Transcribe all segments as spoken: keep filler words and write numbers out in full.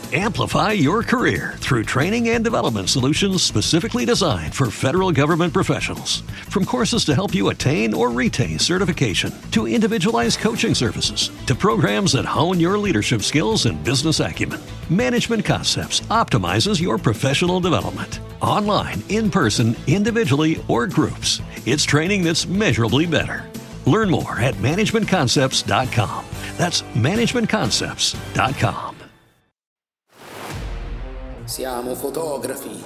Amplify your career through training and development solutions specifically designed for federal government professionals. From courses to help you attain or retain certification, to individualized coaching services, to programs that hone your leadership skills and business acumen, Management Concepts optimizes your professional development. Online, in person, individually, or groups, it's training that's measurably better. Learn more at management concepts dot com. That's management concepts dot com. Siamo fotografi.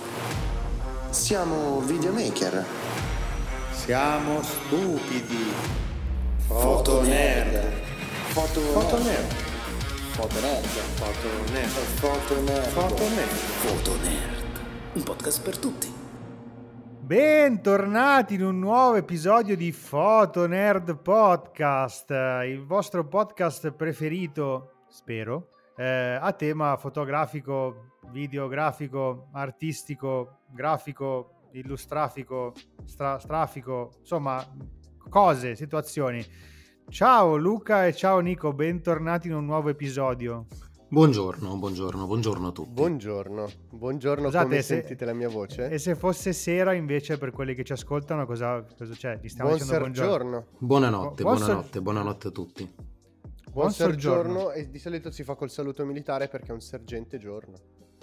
Siamo videomaker. Siamo stupidi. Fotonerd. Foto... Fotonerd. Fotonerd. Fotonerd. Fotonerd. Fotonerd. Fotonerd. Un podcast per tutti. Bentornati in un nuovo episodio di Fotonerd Podcast, il vostro podcast preferito, spero, eh, a tema fotografico, videografico, artistico, grafico, illustrafico, stra- strafico, insomma, cose, situazioni. Ciao Luca e ciao Nico, bentornati in un nuovo episodio. Buongiorno, buongiorno, buongiorno a tutti. Buongiorno, buongiorno. Scusate, come se- sentite la mia voce? E se fosse sera invece per quelli che ci ascoltano cosa, cosa c'è? Gli stiamo Buon dicendo buongiorno. soggiorno. Buonanotte, Buon so- buonanotte, buonanotte a tutti. Buon Buon soggiorno. soggiorno. E di solito si fa col saluto militare perché è un sergente giorno.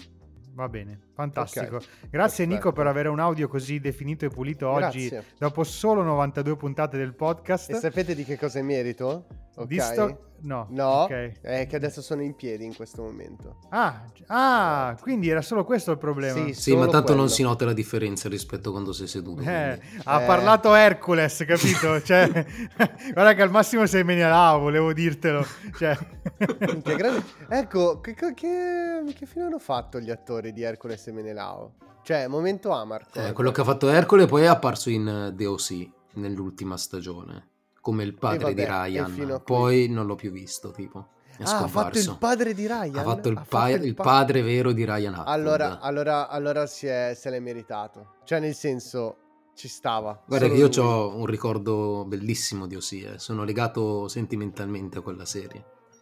Va bene, fantastico. Ok, Grazie perfetto. Nico per avere un audio così definito e pulito oggi, Grazie. dopo solo novantadue puntate del podcast. E sapete di che cosa è merito? Ok. Visto... No. No, Ok. è che adesso sono in piedi in questo momento. Ah, ah, quindi era solo questo il problema. Sì, Sì, solo ma tanto quello. non si nota la differenza rispetto a quando sei seduto. Eh, quindi. ha Eh. parlato Hercules, capito? Cioè, guarda che al massimo sei Menelao, volevo dirtelo. Cioè... Minchia, grande- Ecco, che, che, che fine hanno fatto gli attori di Hercules e Menelao? Cioè, momento Amarco. Eh, quello che ha fatto Ercole poi è apparso in eh, D O C nell'ultima stagione, come il padre vabbè, di e fino a Ryan. qui. Poi non l'ho più visto, tipo. È Ah, ha fatto il scomparso. padre di Ryan? Ha fatto il, Ha pa- fatto il pa- padre vero di Ryan Hutford. Allora, allora, allora si è, se l'è meritato. Cioè, nel senso, ci stava. Guarda Solo che io lui. ho un ricordo bellissimo di O C, eh. Sono legato sentimentalmente a quella serie.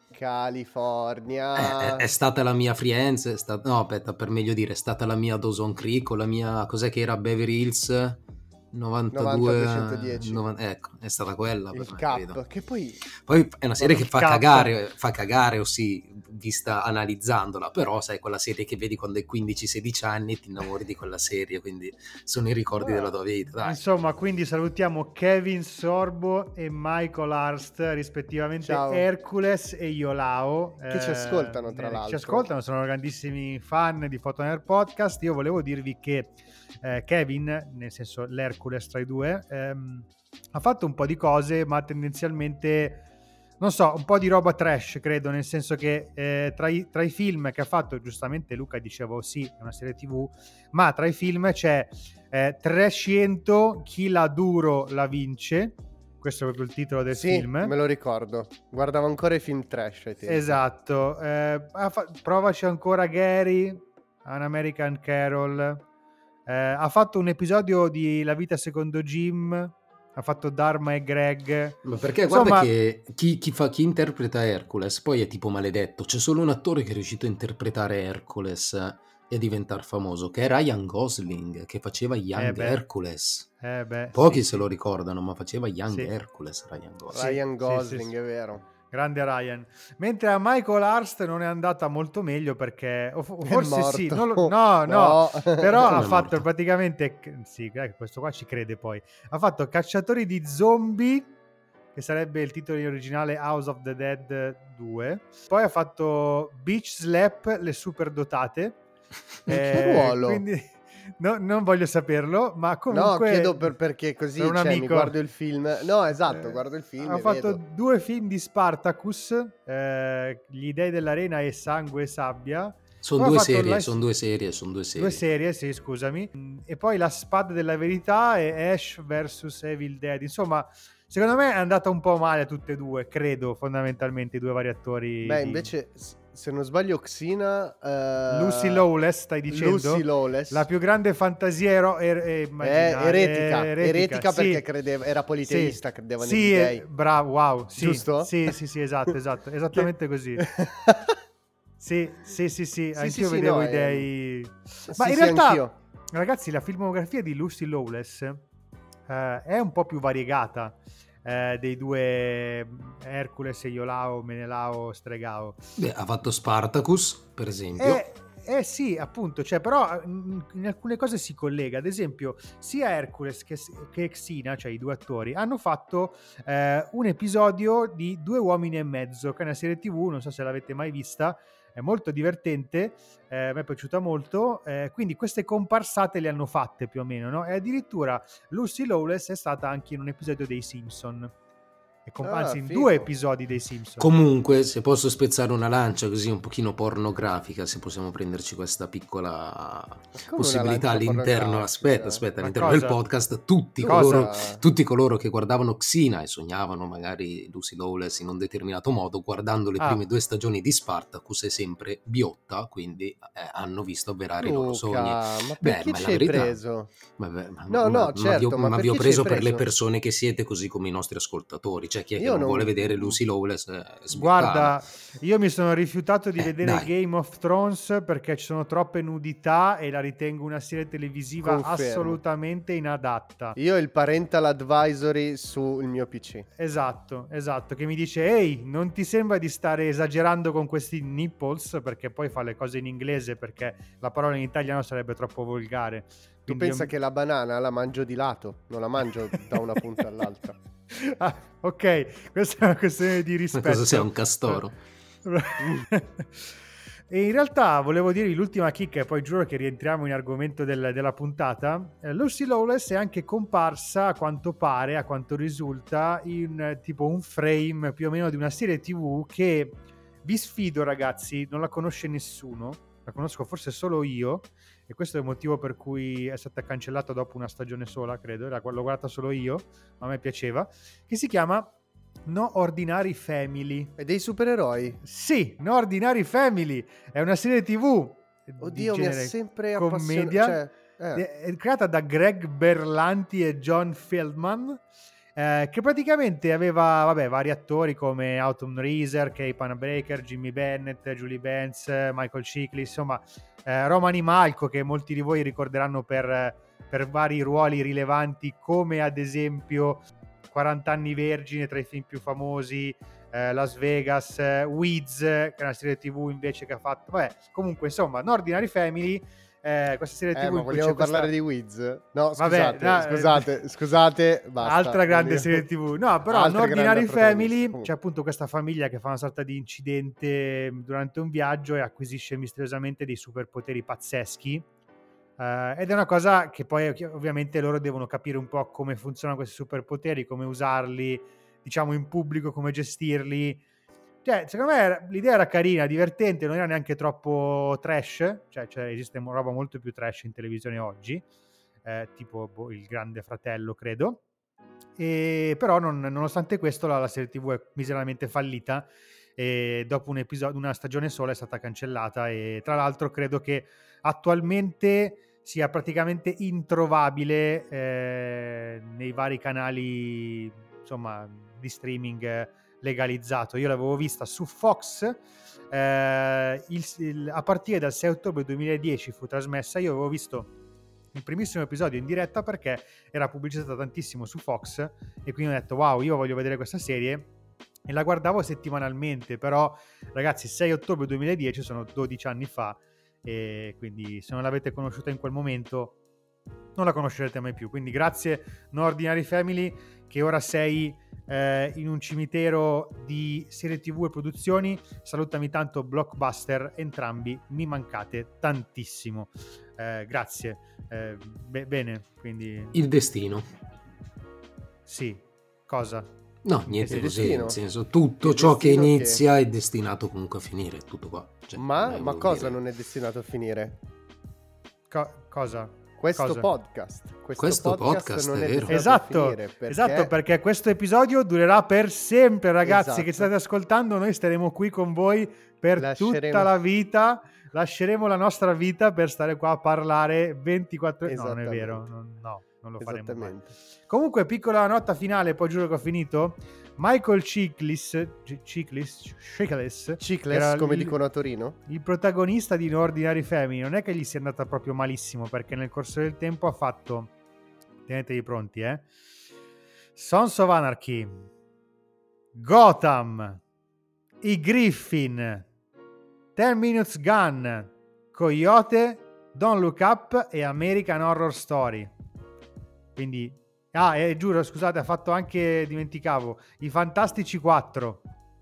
California. È, è- è stata la mia Friends, è stata, no aspetta, per meglio dire, è stata la mia Dawson Creek o la mia, cos'è che era, Beverly Hills novantadue, novanta duecentodieci. novan- ecco, è stata quella per Il me, cap, capito? che poi Poi è una serie Il che fa K. cagare, fa cagare, o sì, vista analizzandola, però sai, quella serie che vedi quando hai quindici sedici anni e ti innamori di quella serie, quindi sono i ricordi Ah. della tua vita, dai. Insomma, quindi salutiamo Kevin Sorbo e Michael Hurst, rispettivamente Ciao. Hercules e Iolao. Che ci ascoltano, tra eh, l'altro. Ci ascoltano, sono grandissimi fan di Fotonerd Podcast. Io volevo dirvi che eh, Kevin, nel senso l'Hercules tra i due, ehm, ha fatto un po' di cose, ma tendenzialmente... non so, un po' di roba trash, credo, nel senso che eh, tra, i, tra i film che ha fatto, giustamente Luca diceva sì, è una serie tivù, ma tra i film c'è eh, trecento, chi la duro la vince, questo è proprio il titolo del sì, film. me lo ricordo. Guardavo ancora i film trash ai tempi. Esatto, eh, ha fa- provaci ancora Gary, An American Carol, eh, ha fatto un episodio di La vita secondo Jim, ha fatto Dharma e Greg. Ma perché Insomma- guarda che chi, chi fa, chi interpreta Hercules poi è tipo maledetto. C'è solo un attore che è riuscito a interpretare Hercules e a diventare famoso, che è Ryan Gosling, che faceva Young Eh beh. Hercules. Eh beh, Pochi sì, se sì. lo ricordano, ma faceva Young Sì. Hercules Ryan Gosling. Ryan Sì, Gosling, sì, sì. è vero. Grande Ryan. Mentre a Michael Hurst non è andata molto meglio perché o fo- È forse morto. sì, non lo- no, no, No. però Come ha è fatto morto? praticamente sì, eh, questo qua ci crede poi. Ha fatto Cacciatori di zombie, che sarebbe il titolo in originale House of the Dead due. Poi ha fatto Beach Slap, le superdotate. In che ruolo? Quindi no- non voglio saperlo, ma comunque No, chiedo per- perché così per un cioè, mi amico. guardo il film. No, esatto, Eh, guardo il film Ha e fatto vedo. due film di Spartacus, eh, Gli Dei dell'Arena e Sangue e Sabbia. Sono Poi ha due fatto serie, la- sono due serie, sono due serie. Due serie, sì, scusami. E poi La Spada della Verità e Ash versus Evil Dead. Insomma, secondo me è andata un po' male a tutte e due, credo, fondamentalmente, i due vari attori. Beh, di- invece, s- se non sbaglio, Xena... eh, Lucy Lawless, stai dicendo? Lucy Lawless. La più grande fantasia ero- er- eh, È immagina- eretica, eh, eretica sì. perché credeva, era politeista, Sì. credeva negli Sì, dei. eh, bravo, wow, sì, Giusto? Sì, sì, sì, esatto, esatto, esattamente così. Sì, sì, sì, sì, Sì, anch'io sì, sì, vedevo no, i è- dei... Sì, Ma in sì, realtà, anch'io. ragazzi, la filmografia di Lucy Lawless eh, è un po' più variegata eh, dei due Hercules e Iolao, Menelao, Stregao. Beh, ha fatto Spartacus, per esempio. Eh, eh sì, appunto, cioè, però in, in alcune cose si collega. Ad esempio, sia Hercules che, che Xena, cioè i due attori, hanno fatto eh, un episodio di Due uomini e mezzo, che è una serie tivù, non so se l'avete mai vista, è molto divertente, eh, mi è piaciuta molto, eh, quindi queste comparsate le hanno fatte più o meno, no? E addirittura Lucy Lawless è stata anche in un episodio dei Simpson. E comp- Ah, anzi in figo. due episodi dei Simpson. Comunque, se posso spezzare una lancia così un pochino pornografica, se possiamo prenderci questa piccola Come possibilità una lancia all'interno, pornografica? aspetta, aspetta, Ma all'interno cosa? del podcast, tutti Tu coloro, cosa- tutti coloro che guardavano Xena e sognavano magari Lucy Lawless in un determinato modo, guardando le Ah. prime due stagioni di Spartacus è sempre biotta, quindi eh, hanno visto avverare i loro sogni. Luca, ma Beh, perché ma è la ci hai verità. preso? Vabbè, ma, No, ma- no, ma certo, vi ho, ma ma vi ho perché ci hai preso per le preso? persone che siete, così come i nostri ascoltatori. Cioè, chi è che Io non non- vuole vedere Lucy Lawless eh, sbottare? Guarda, io mi sono rifiutato di Eh, vedere dai. Game of Thrones perché ci sono troppe nudità e la ritengo una serie televisiva Confermo. assolutamente inadatta. Io ho il parental advisory sul mio P C. Esatto, esatto, che mi dice ehi, non ti sembra di stare esagerando con questi nipples, perché poi fa le cose in inglese perché la parola in italiano sarebbe troppo volgare. Tu Quindi pensa io- che la banana la mangio di lato, non la mangio da una punta all'altra. Ah, ok, questa è una questione di Ma rispetto. cosa sei, un castoro? E in realtà volevo dirvi l'ultima chicca e poi giuro che rientriamo in argomento del- della puntata. Eh, Lucy Lawless è anche comparsa, a quanto pare, a quanto risulta, in eh, tipo un frame più o meno di una serie tivù che vi sfido, ragazzi, non la conosce nessuno, la conosco forse solo io e questo è il motivo per cui è stata cancellata dopo una stagione sola, credo, l'ho guardata solo io, ma a me piaceva, che si chiama No Ordinary Family. E dei supereroi? Sì, No Ordinary Family è una serie tivù di Oddio, mi ha genere sempre commedia, appassionato. Cioè, eh. è è creata da Greg Berlanti e John Feldman, eh, che praticamente aveva vabbè, vari attori come Autumn Reeser, Kay Panabreaker, Jimmy Bennett, Julie Benz, Michael Chiklis, insomma eh, Romany Malco, che molti di voi ricorderanno per, per vari ruoli rilevanti come ad esempio quaranta anni vergine, tra i film più famosi, eh, Las Vegas, eh, Weeds, che è una serie tivù invece che ha fatto, vabbè, comunque insomma, No Ordinary Family, eh, questa serie Eh, tivù ma in cui vogliamo c'è questa... parlare di Wiz? No, Vabbè, scusate, no, scusate, scusate, basta. altra grande Voglio- serie tivù. No, però Altra No Ordinary grande protagonista. Family Comunque. c'è appunto questa famiglia che fa una sorta di incidente durante un viaggio e acquisisce misteriosamente dei superpoteri pazzeschi. Uh, ed è una cosa che poi ovviamente loro devono capire un po' come funzionano questi superpoteri, come usarli, diciamo, in pubblico, come gestirli. Cioè, secondo me l'idea era carina, divertente, non era neanche troppo trash, cioè, cioè esiste roba molto più trash in televisione oggi, eh, tipo boh, Il Grande Fratello, credo. E però non, nonostante questo la, la serie tivù è miseramente fallita e dopo un episodio, una stagione sola è stata cancellata e tra l'altro credo che attualmente sia praticamente introvabile eh, nei vari canali, insomma, di streaming legalizzato. Io l'avevo vista su Fox, eh, il, il, a partire dal sei ottobre duemiladieci fu trasmessa. Io avevo visto il primissimo episodio in diretta perché era pubblicizzata tantissimo su Fox e quindi ho detto wow, io voglio vedere questa serie e la guardavo settimanalmente. Però ragazzi, sei ottobre duemiladieci sono dodici anni fa e quindi se non l'avete conosciuta in quel momento non la conoscerete mai più. Quindi grazie No Ordinary Family, che ora sei eh, in un cimitero di serie tivù e produzioni. Salutami tanto Blockbuster, entrambi mi mancate tantissimo. Eh, grazie. Eh, be- bene, quindi Il destino. sì, cosa? No, niente, Il così, destino? nel senso, tutto Il ciò che destino che- inizia è destinato comunque a finire, tutto qua. Cioè, Ma, eh, ma vuol cosa dire- non è destinato a finire? Co- cosa? Questo Cosa? podcast. Questo, Questo podcast, podcast, non è è, vero. destinato Esatto, a finire perché... esatto, perché questo episodio durerà per sempre, ragazzi, Esatto. che state ascoltando. Noi staremo qui con voi per Lasceremo- tutta la vita. Lasceremo la nostra vita per stare qua a parlare ventiquattro ore. No, non è vero, non, no, non lo faremo mai. Esattamente. Comunque, piccola nota finale, poi giuro che ho finito. Michael Chiklis, Chiklis, Chiklis, Chicles, come il, dicono a Torino. il protagonista di No Ordinary Family. Non è che gli sia andata proprio malissimo, perché nel corso del tempo ha fatto, tenetevi pronti, eh, Sons of Anarchy, Gotham, I Griffin, Ten Minutes Gun, Coyote, Don't Look Up e American Horror Story. Quindi, ah, e giuro, scusate, ha fatto anche, dimenticavo, I Fantastici quattro.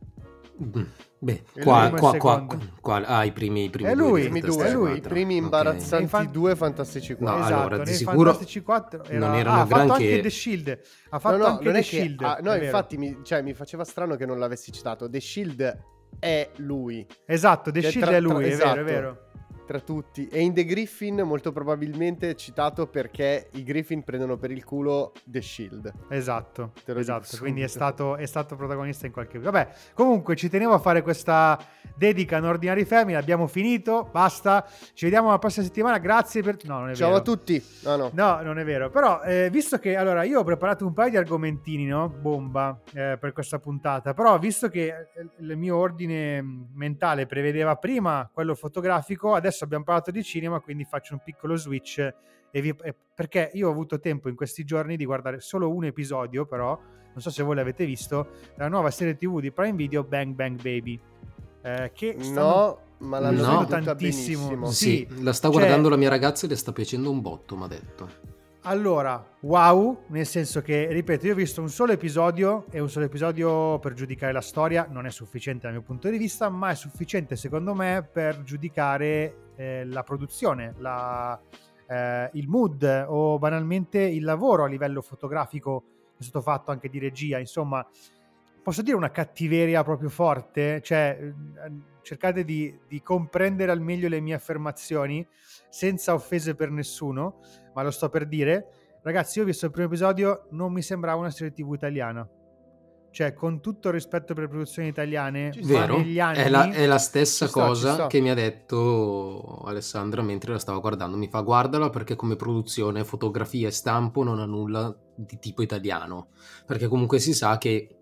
Beh, E qua, lui qua, come qua, secondo. qua, ah, i primi, i primi È due lui, di I primi Fantastici due, è lui. i quattro. primi Ok. imbarazzanti Infan- due Fantastici No, quattro. Esatto, allora, di nei sicuro Fantastici quattro era... non erano ah, ha fatto granché. anche The Shield. Ha fatto No, no, anche non The è che... Shield. ah, no, è vero. infatti mi, cioè, mi faceva strano che non l'avessi citato. The Shield è lui. Esatto, The Cioè, Shield tra- è lui, tra- è esatto. vero, è vero. Tra tutti. E in The Griffin molto probabilmente è citato perché i Griffin prendono per il culo The Shield. Esatto, Te lo dico esatto. Quindi è subito. stato, è stato protagonista in qualche... Vabbè, comunque ci tenevo a fare questa dedica a Ordinary Family. Abbiamo finito, basta. Ci vediamo la prossima settimana. Grazie per... No, non è Ciao vero. a tutti. No, no. No, non è vero. Però, eh, visto che allora io ho preparato un paio di argomentini, no? Bomba eh, per questa puntata. Però, visto che eh, il mio ordine mh, mentale prevedeva prima quello fotografico, adesso abbiamo parlato di cinema, quindi faccio un piccolo switch. E vi, eh, perché io ho avuto tempo in questi giorni di guardare solo un episodio, però, non so se voi l'avete visto, della nuova serie tivù di Prime Video, Bang Bang Baby. Eh, che stanno No, ma l'hanno No. venduta tantissimo. benissimo. Sì, Sì, la sta cioè- guardando la mia ragazza e le sta piacendo un botto, mi ha detto. Allora, wow, nel senso che, ripeto, io ho visto un solo episodio e un solo episodio per giudicare la storia non è sufficiente dal mio punto di vista, ma è sufficiente secondo me per giudicare eh, la produzione, la, eh, il mood o banalmente il lavoro a livello fotografico che è stato fatto, anche di regia, insomma, posso dire una cattiveria proprio forte? Cioè, eh, cercate di, di comprendere al meglio le mie affermazioni senza offese per nessuno, ma lo sto per dire. Ragazzi, io ho visto il primo episodio, non mi sembrava una serie tivù italiana. Cioè, con tutto il rispetto per le produzioni italiane, Ci ma sta. Vero? negli anni... È la, è la stessa Ci sta, ci cosa sta. che mi ha detto Alessandra mentre la stava guardando. Mi fa: guardala perché come produzione, fotografia e stampo non ha nulla di tipo italiano. Perché comunque si sa che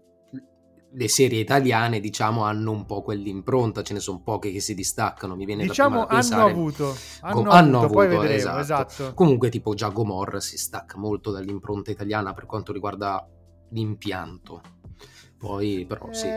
le serie italiane, diciamo, hanno un po' quell'impronta, ce ne sono poche che si distaccano. Mi viene diciamo da prima da hanno pensare. avuto, hanno, Go- avuto, hanno poi avuto, vedremo, esatto. esatto. Comunque, tipo già Gomorra si stacca molto dall'impronta italiana per quanto riguarda l'impianto. Poi, però, sì.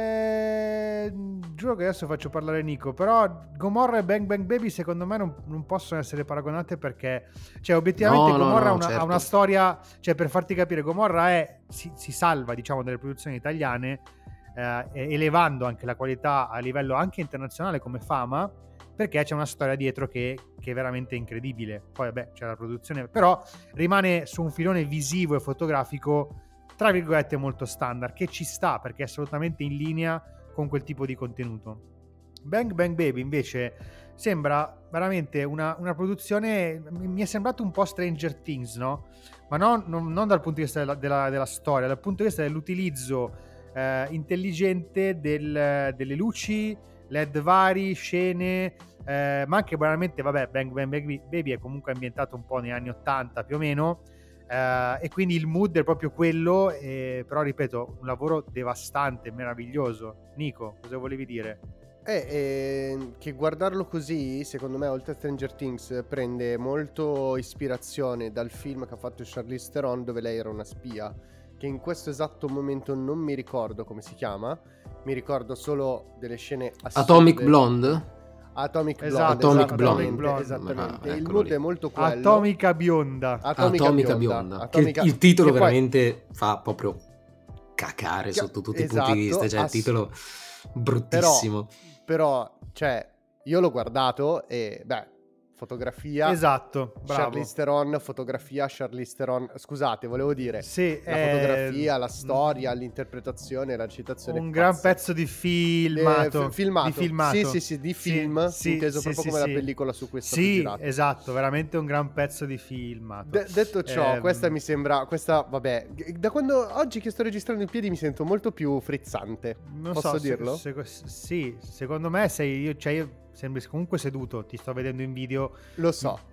Eh, giuro che adesso faccio parlare Nico, però Gomorra e Bang Bang Baby secondo me non, non possono essere paragonate, perché, cioè, obiettivamente No, no, Gomorra no, ha, una, certo. ha una storia, cioè, per farti capire, Gomorra è, si, si salva, diciamo, delle produzioni italiane, eh, elevando anche la qualità a livello anche internazionale come fama, perché c'è una storia dietro che, che è veramente incredibile. Poi vabbè, c'è la produzione, però rimane su un filone visivo e fotografico tra virgolette molto standard, che ci sta perché è assolutamente in linea con quel tipo di contenuto. Bang Bang Baby invece sembra veramente una, una produzione, mi è sembrato un po' Stranger Things, no? Ma non, non, non dal punto di vista della, della, della storia, dal punto di vista dell'utilizzo eh, intelligente del, delle luci, L E D vari, scene, eh, ma anche banalmente, vabbè, Bang Bang Baby è comunque ambientato un po' negli anni ottanta più o meno, Uh, e quindi il mood è proprio quello, eh, però ripeto, un lavoro devastante, meraviglioso. Nico, cosa volevi dire? Eh, eh, che guardarlo così, secondo me, oltre a Stranger Things, prende molto ispirazione dal film che ha fatto Charlize Theron, dove lei era una spia, che in questo esatto momento non mi ricordo come si chiama, mi ricordo solo delle scene assurde. Atomic Blonde? Atomic Blonde, Esatto, Atomic esattamente, Blonde. Blonde. esattamente. Ah, Il eccolo mood lì. è molto quello. Atomica bionda. Atomica, Atomica bionda. Bionda. Atomica- Che il titolo che poi- veramente fa proprio cacare Che- sotto tutti esatto, i punti di vista. Cioè, il ass- titolo bruttissimo. Però, cioè, io l'ho guardato e, beh, fotografia, Esatto, bravo. Charlize Theron, fotografia, Charlize Theron. Scusate, volevo dire, Sì, la è- fotografia, la storia, l'interpretazione, la citazione. un gran pazzesca. pezzo di filmato, Eh, f- filmato. di filmato. Sì, sì, sì, di film, sì, inteso sì, proprio sì, come sì. la pellicola su cui è stato Sì, girato. esatto, veramente un gran pezzo di filmato. De- detto ciò, Ehm, questa mi sembra, questa, vabbè, g- da quando oggi che sto registrando in piedi mi sento molto più frizzante. Non Posso so, se- dirlo? se- sì, secondo me sei io, cioè io sembri comunque seduto, ti sto vedendo in video. Lo so.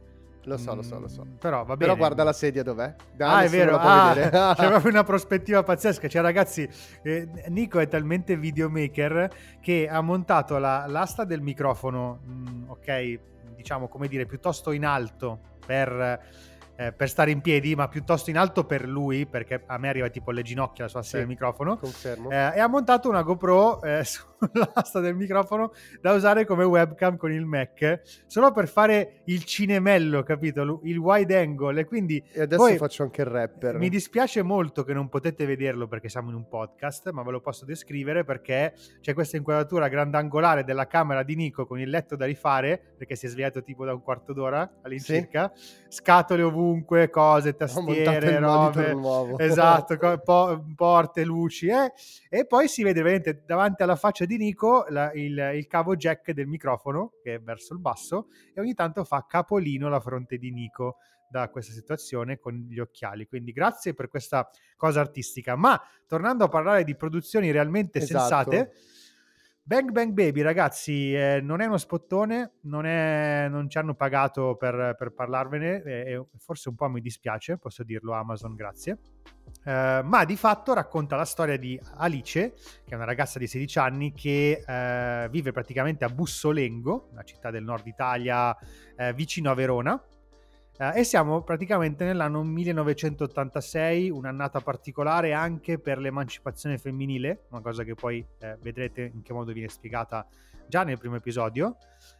Lo so, lo so, lo so. Mm, però va bene. Però guarda la sedia dov'è. Da Ah, è nessuno vero, la può ah, vedere. c'è proprio una prospettiva pazzesca. Cioè, ragazzi, eh, Nico è talmente videomaker che ha montato la, l'asta del microfono, mh, ok, diciamo, come dire, piuttosto in alto per, eh, per stare in piedi, ma piuttosto in alto per lui, perché a me arriva tipo alle ginocchia la sua asta Sì, del microfono. confermo. Eh, e ha montato una GoPro eh, sull'asta del microfono da usare come webcam con il Mac, solo per fare il cinemello, capito? Il wide angle. E quindi E adesso poi faccio anche il rapper. mi dispiace molto che non potete vederlo perché siamo in un podcast, ma ve lo posso descrivere perché c'è questa inquadratura grandangolare della camera di Nico con il letto da rifare, perché si è svegliato tipo da un quarto d'ora all'incirca, sì. Scatole ovunque, cose, tastiere, robe, nuovo. Esatto, po- porte, luci, eh? E poi si vede veramente davanti alla faccia di Nico la, il, il cavo jack del microfono che è verso il basso e ogni tanto fa capolino la fronte di Nico da questa situazione con gli occhiali. Quindi grazie per questa cosa artistica. Ma tornando a parlare di produzioni realmente esatto. sensate, Bang Bang Baby, ragazzi, eh, non è uno spottone, non, è, non ci hanno pagato per, per parlarvene, e eh, forse un po' mi dispiace, posso dirlo, Amazon, grazie. Uh, ma di fatto racconta la storia di Alice, che è una ragazza di sedici anni che uh, vive praticamente a Bussolengo, una città del nord Italia uh, vicino a Verona, uh, e siamo praticamente nell'anno millenovecentottantasei, un'annata particolare anche per l'emancipazione femminile, una cosa che poi uh, vedrete in che modo viene spiegata già nel primo episodio,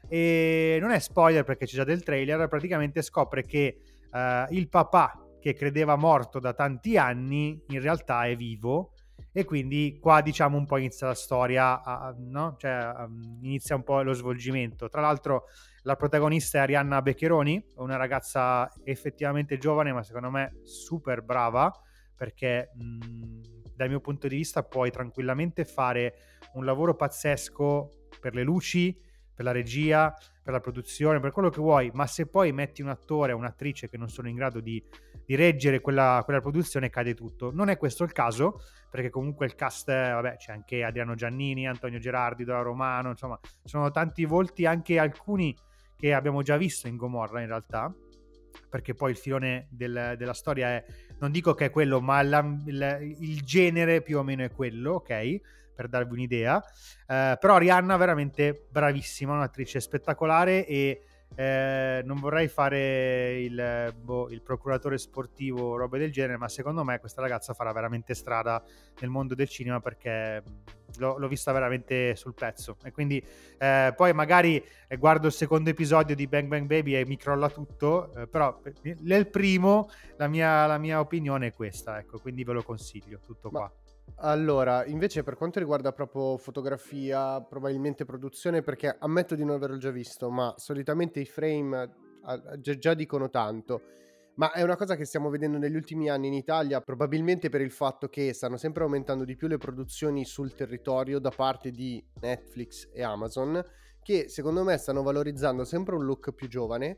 e non è spoiler perché c'è già del trailer. Praticamente scopre che uh, il papà che credeva morto da tanti anni in realtà è vivo, e quindi qua diciamo un po' inizia la storia, a, no? Cioè um, inizia un po' lo svolgimento. Tra l'altro la protagonista è Arianna Beccheroni, una ragazza effettivamente giovane ma secondo me super brava, perché mh, dal mio punto di vista puoi tranquillamente fare un lavoro pazzesco per le luci, per la regia, per la produzione, per quello che vuoi, ma se poi metti un attore o un'attrice che non sono in grado di, di reggere quella, quella produzione, cade tutto. Non è questo il caso, perché comunque il cast, vabbè, c'è anche Adriano Giannini, Antonio Gerardi, Dora Romano, insomma, sono tanti volti, anche alcuni che abbiamo già visto in Gomorra in realtà, perché poi il filone del, della storia è, non dico che è quello, ma la, il, il genere più o meno è quello, ok? Per darvi un'idea, eh, però Arianna veramente bravissima, un'attrice spettacolare, e eh, non vorrei fare il, boh, il procuratore sportivo o robe del genere, ma secondo me questa ragazza farà veramente strada nel mondo del cinema, perché l'ho, l'ho vista veramente sul pezzo. E quindi eh, poi magari eh, guardo il secondo episodio di Bang Bang Baby e mi crolla tutto, eh, però nel primo la mia, la mia opinione è questa, ecco, quindi ve lo consiglio, tutto ma... qua. Allora, invece per quanto riguarda proprio fotografia, probabilmente produzione, perché ammetto di non averlo già visto, ma solitamente i frame uh, già, già dicono tanto, ma è una cosa che stiamo vedendo negli ultimi anni in Italia, probabilmente per il fatto che stanno sempre aumentando di più le produzioni sul territorio da parte di Netflix e Amazon, che secondo me stanno valorizzando sempre un look più giovane,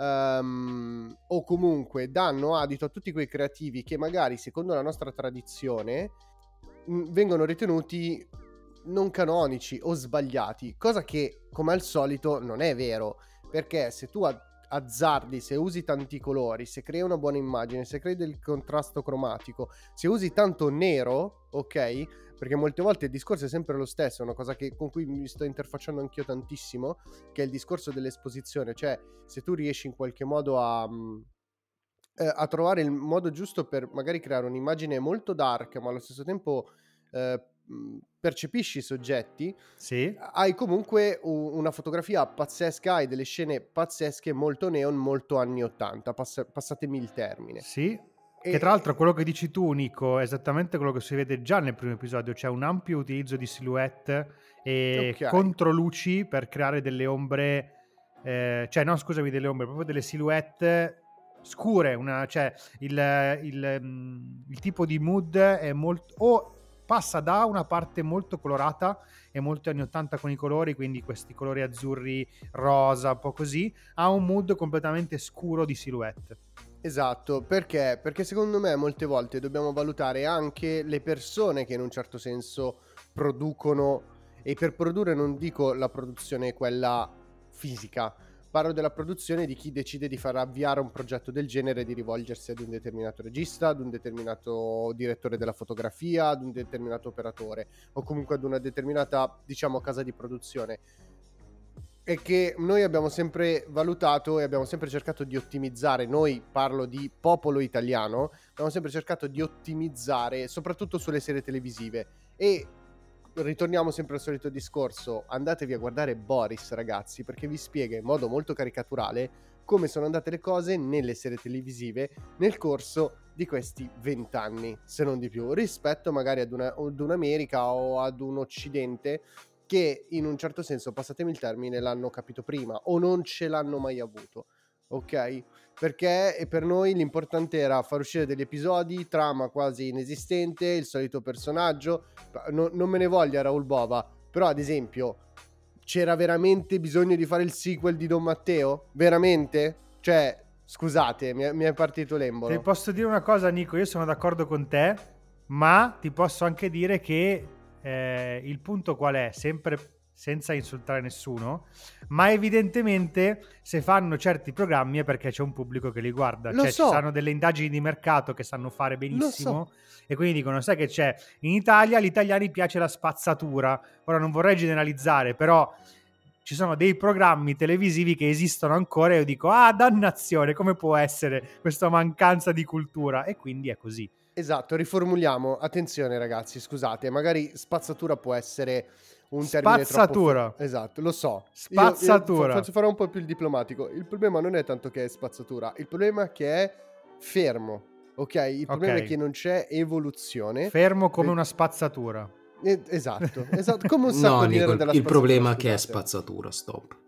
um, o comunque danno adito a tutti quei creativi che magari secondo la nostra tradizione vengono ritenuti non canonici o sbagliati, cosa che come al solito non è vero, perché se tu azzardi, se usi tanti colori, se crei una buona immagine, se crei del contrasto cromatico, se usi tanto nero, ok? Perché molte volte il discorso è sempre lo stesso, è una cosa che, con cui mi sto interfacciando anch'io tantissimo, che è il discorso dell'esposizione, cioè se tu riesci in qualche modo a... a trovare il modo giusto per magari creare un'immagine molto dark ma allo stesso tempo eh, percepisci i soggetti, sì. Hai comunque una fotografia pazzesca, hai delle scene pazzesche, molto neon, molto anni ottanta, pass- passatemi il termine. Sì, e... che tra l'altro quello che dici tu, Nico, è esattamente quello che si vede già nel primo episodio, c'è un ampio utilizzo di silhouette e okay. controluci per creare delle ombre, eh, cioè no scusami delle ombre, proprio delle silhouette scure, una, cioè il, il, il tipo di mood è molto, o passa da una parte molto colorata e molto anni ottanta con i colori, quindi questi colori azzurri, rosa, un po' così, a un mood completamente scuro di silhouette. Esatto, perché? Perché secondo me molte volte dobbiamo valutare anche le persone che in un certo senso producono, e per produrre non dico la produzione quella fisica, parlo della produzione di chi decide di far avviare un progetto del genere, di rivolgersi ad un determinato regista, ad un determinato direttore della fotografia, ad un determinato operatore o comunque ad una determinata, diciamo, casa di produzione. E che noi abbiamo sempre valutato e abbiamo sempre cercato di ottimizzare, noi parlo di popolo italiano, abbiamo sempre cercato di ottimizzare soprattutto sulle serie televisive. E ritorniamo sempre al solito discorso, andatevi a guardare Boris, ragazzi, perché vi spiega in modo molto caricaturale come sono andate le cose nelle serie televisive nel corso di questi vent'anni, se non di più, rispetto magari ad, una, ad un'America o ad un Occidente che in un certo senso, passatemi il termine, l'hanno capito prima o non ce l'hanno mai avuto, ok? Perché per noi l'importante era far uscire degli episodi, trama quasi inesistente, il solito personaggio. No, non me ne voglia Raul Bova, però ad esempio c'era veramente bisogno di fare il sequel di Don Matteo? Veramente? Cioè, scusate, mi è, mi è partito l'embolo. Ti posso dire una cosa, Nico, io sono d'accordo con te, ma ti posso anche dire che Eh, il punto qual è? Sempre senza insultare nessuno, ma evidentemente se fanno certi programmi è perché c'è un pubblico che li guarda. Lo cioè so. Ci sanno delle indagini di mercato che sanno fare benissimo, so. E quindi dicono, sai che c'è? In Italia agli italiani piace la spazzatura. Ora non vorrei generalizzare, però ci sono dei programmi televisivi che esistono ancora e io dico, ah, dannazione, come può essere questa mancanza di cultura? E quindi è così. Esatto, riformuliamo. Attenzione ragazzi, scusate, magari spazzatura può essere un termine spazzatura. troppo... Esatto, lo so. Spazzatura. Io, io faccio fare un po' più il diplomatico. Il problema non è tanto che è spazzatura, il problema è che è fermo, ok? Il problema Ok. è che non c'è evoluzione. Fermo come Beh, una spazzatura. eh, Esatto, esatto, come un sacco No, di Nico, nero della il spazzatura, problema è che è scusate. spazzatura, stop.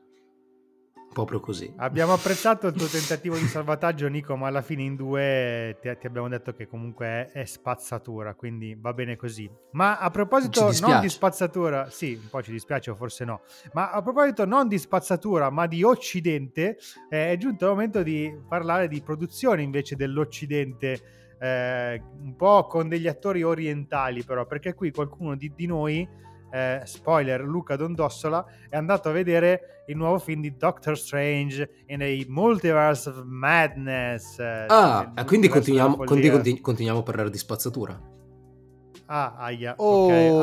Proprio così. Abbiamo apprezzato il tuo tentativo di salvataggio, Nico, ma alla fine in due ti, ti abbiamo detto che comunque è, è spazzatura, quindi va bene così. Ma a Ci proposito dispiace. non di spazzatura, sì, un po' ci dispiace o forse no, ma a proposito non di spazzatura ma di Occidente, eh, è giunto il momento di parlare di produzione invece dell'Occidente, eh, un po' con degli attori orientali però, perché qui qualcuno di, di noi... Eh, spoiler, Luca Dondossola è andato a vedere il nuovo film di Doctor Strange in a Multiverse of Madness. eh, Ah, nel quindi multiverso continuiamo, della quindi follia. continu- continuiamo a parlare di spazzatura. Ah, aia, Oh. ok.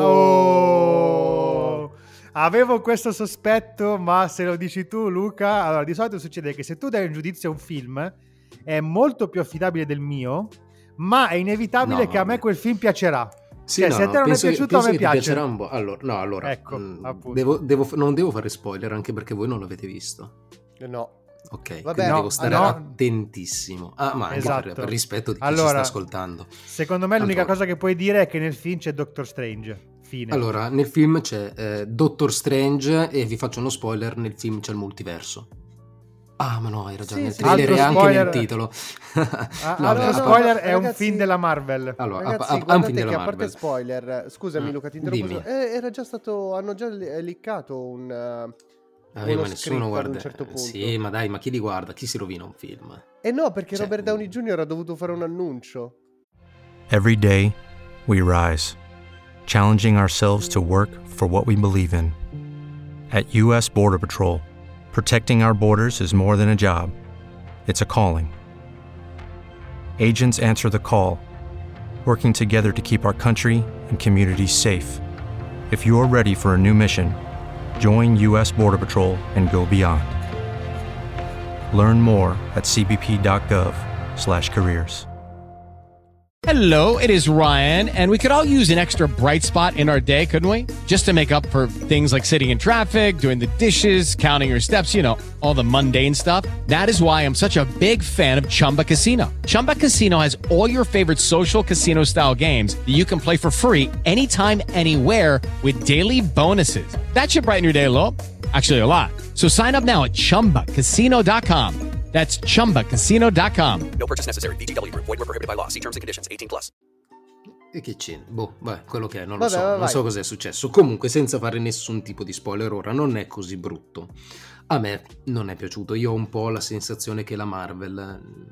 Oh. Avevo questo sospetto, ma se lo dici tu, Luca, allora di solito succede che se tu dai un giudizio a un film è molto più affidabile del mio, ma è inevitabile No, che a me vabbè. quel film piacerà. Sì, Cioè, no, se a no, te non penso è che- piaciuto, a penso me che ti piace. piacerà un po'. Allora, no, allora, Ecco, mm, appunto. devo, devo- non devo fare spoiler anche perché voi non l'avete visto. No. Ok, Vabbè, quindi no, devo stare no. attentissimo. Ah, ma anche Esatto. per, per rispetto di chi Allora, ci sta ascoltando. Secondo me l'unica Allora. cosa che puoi dire è che nel film c'è Doctor Strange. Fine. Allora, nel film c'è eh, Doctor Strange e vi faccio uno spoiler, nel film c'è il multiverso. Ah, ma no, era già Sì, nel sì, trailer altro e anche spoiler. nel titolo. Ah, No, altro beh, no, spoiler no, è un ragazzi- film della Marvel. Allora, Ragazzi, a- a- a un guardate film che della a parte Marvel. spoiler, scusami Mm, Luca, ti interrompo. dimmi. solo- eh, era già stato, hanno già li- liccato un uh, Ah, uno ma script nessuno ad guarda. un certo punto. Sì, ma dai, ma chi li guarda? Chi si rovina un film? Eh no, perché Cioè, Robert Downey junior ha dovuto fare un annuncio. Every day, we rise, challenging ourselves to work for what we believe in. At U S Border Patrol, protecting our borders is more than a job, it's a calling. Agents answer the call, working together to keep our country and communities safe. If you're ready for a new mission, join U S Border Patrol and go beyond. Learn more at c b p dot gov slash careers. Hello, it is Ryan, and we could all use an extra bright spot in our day, couldn't we? Just to make up for things like sitting in traffic, doing the dishes, counting your steps, you know, all the mundane stuff. That is why I'm such a big fan of Chumba Casino. Chumba Casino has all your favorite social casino style games that you can play for free anytime, anywhere with daily bonuses. That should brighten your day a little. Actually, a lot. So sign up now at chumba casino dot com. That's chumba casino dot com. No purchase necessary. V G W Group. Void were prohibited by law. See terms and conditions. eighteen plus. E che c'è? Boh, vabbè, quello che è, non Vabbè, lo so, vai, non so vai. cos'è successo. Comunque, senza fare nessun tipo di spoiler ora, non è così brutto. A me non è piaciuto. Io ho un po' la sensazione che la Marvel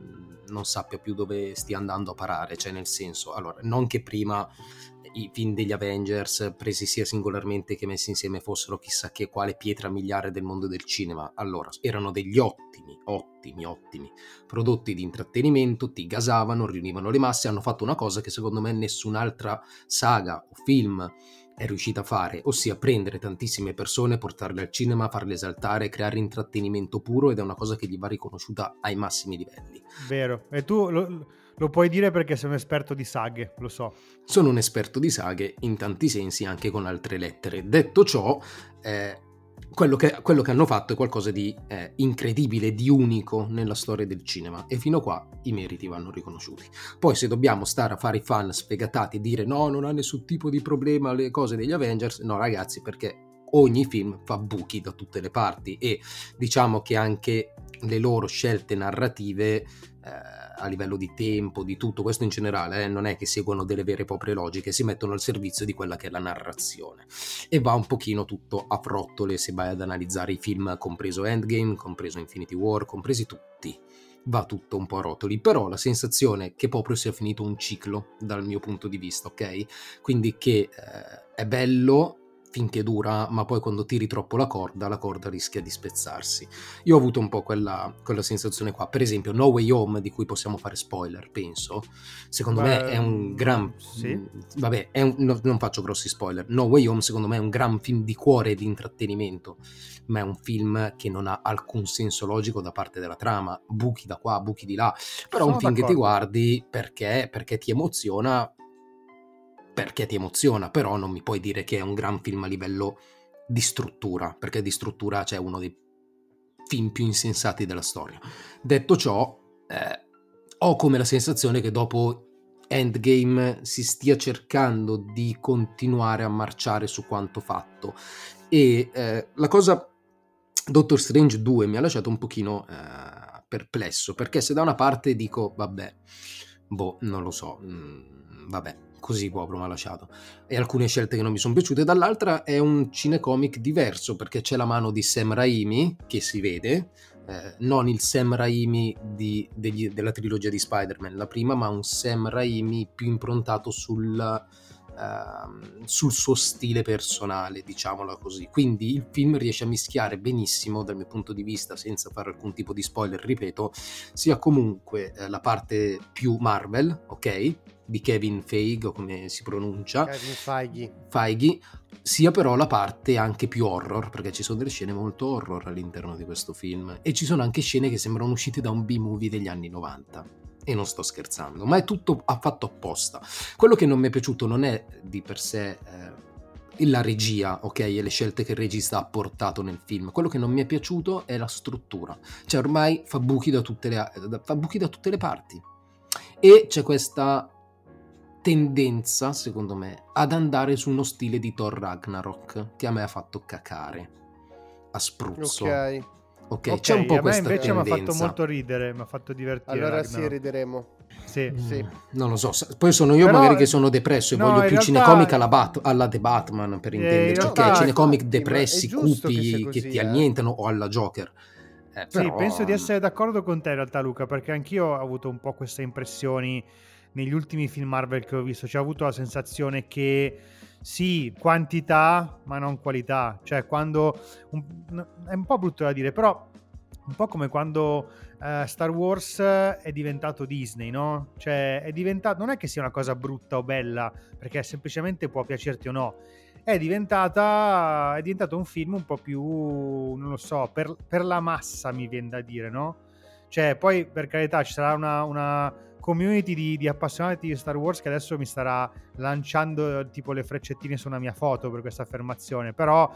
non sappia più dove stia andando a parare, cioè nel senso, allora, non che prima i film degli Avengers, presi sia singolarmente che messi insieme, fossero chissà che quale pietra miliare del mondo del cinema. Allora, erano degli ottimi, ottimi, ottimi prodotti di intrattenimento, ti gasavano, riunivano le masse, hanno fatto una cosa che secondo me nessun'altra saga o film è riuscita a fare, ossia prendere tantissime persone, portarle al cinema, farle esaltare, creare intrattenimento puro, ed è una cosa che gli va riconosciuta ai massimi livelli. Vero, e tu lo, lo puoi dire perché sei un esperto di saghe, lo so. Sono un esperto di saghe in tanti sensi, anche con altre lettere. Detto ciò, eh, quello, che, quello che hanno fatto è qualcosa di eh, incredibile, di unico nella storia del cinema, e fino a qua i meriti vanno riconosciuti. Poi se dobbiamo stare a fare i fan sfegatati e dire no, non ha nessun tipo di problema le cose degli Avengers, no ragazzi, perché ogni film fa buchi da tutte le parti, e diciamo che anche le loro scelte narrative eh, a livello di tempo, di tutto questo in generale, eh, non è che seguono delle vere e proprie logiche, si mettono al servizio di quella che è la narrazione, e va un pochino tutto a frottole se vai ad analizzare i film, compreso Endgame, compreso Infinity War, compresi tutti, va tutto un po' a rotoli. Però la sensazione che proprio sia finito un ciclo dal mio punto di vista, ok? Quindi che eh, è bello finché dura, ma poi quando tiri troppo la corda, la corda rischia di spezzarsi. Io ho avuto un po' quella, quella sensazione qua. Per esempio No Way Home, di cui possiamo fare spoiler, penso, secondo Beh, me è un gran... sì. Vabbè, è un, no, non faccio grossi spoiler. No Way Home secondo me è un gran film di cuore e di intrattenimento, ma è un film che non ha alcun senso logico da parte della trama, buchi da qua, buchi di là, però è un film che ti guardi perché, perché ti emoziona, perché ti emoziona, però non mi puoi dire che è un gran film a livello di struttura, perché di struttura c'è uno dei film più insensati della storia. Detto ciò, eh, ho come la sensazione che dopo Endgame si stia cercando di continuare a marciare su quanto fatto, e eh, la cosa Doctor Strange due mi ha lasciato un pochino eh, perplesso, perché se da una parte dico vabbè, boh, non lo so, mh, vabbè, così proprio mi ha lasciato, e alcune scelte che non mi sono piaciute, dall'altra è un cinecomic diverso, perché c'è la mano di Sam Raimi che si vede, eh, non il Sam Raimi di, degli, della trilogia di Spider-Man, la prima, ma un Sam Raimi più improntato sul, uh, sul suo stile personale, diciamola così. Quindi il film riesce a mischiare benissimo, dal mio punto di vista, senza fare alcun tipo di spoiler, ripeto, sia comunque eh, la parte più Marvel, ok, di Kevin Feige, o come si pronuncia, Kevin Feige, Feige, sia però la parte anche più horror, perché ci sono delle scene molto horror all'interno di questo film, e ci sono anche scene che sembrano uscite da un B-movie degli anni novanta, e non sto scherzando, ma è tutto fatto apposta. Quello che non mi è piaciuto non è di per sé eh, la regia, ok, e le scelte che il regista ha portato nel film. Quello che non mi è piaciuto è la struttura, cioè ormai fa buchi da tutte le, fa buchi da tutte le parti, e c'è questa tendenza, secondo me, ad andare su uno stile di Thor Ragnarok che a me ha fatto cacare a spruzzo. ok. Ok, Ok, c'è un po' a me questa invece mi ha tendenza. fatto molto ridere, mi ha fatto divertire. Allora Ragnarok. sì, rideremo. Sì. Mm, Sì. Non lo so, poi sono io Però- magari che sono depresso e no, voglio in più realtà- cinecomic alla, Bat- alla The Batman, per Eh, intenderci, in ok, realtà- cinecomic infatti, ma depressi, è giusto che cupi, sia che, così, ti eh. annientano, o alla Joker. Eh, Sì, però- penso di essere d'accordo con te in realtà, Luca, perché anch'io ho avuto un po' queste impressioni negli ultimi film Marvel che ho visto. Cioè, ho avuto la sensazione che sì, quantità, ma non qualità. Cioè, quando un- è un po' brutto da dire, però un po' come quando eh, Star Wars è diventato Disney, no? Cioè, è diventato, non è che sia una cosa brutta o bella, perché semplicemente può piacerti o no. È diventata è diventato un film un po' più, non lo so, per, per la massa, mi viene da dire, no? Cioè, poi per carità ci sarà una, una community di, di appassionati di Star Wars che adesso mi starà lanciando tipo le freccettine su una mia foto per questa affermazione, però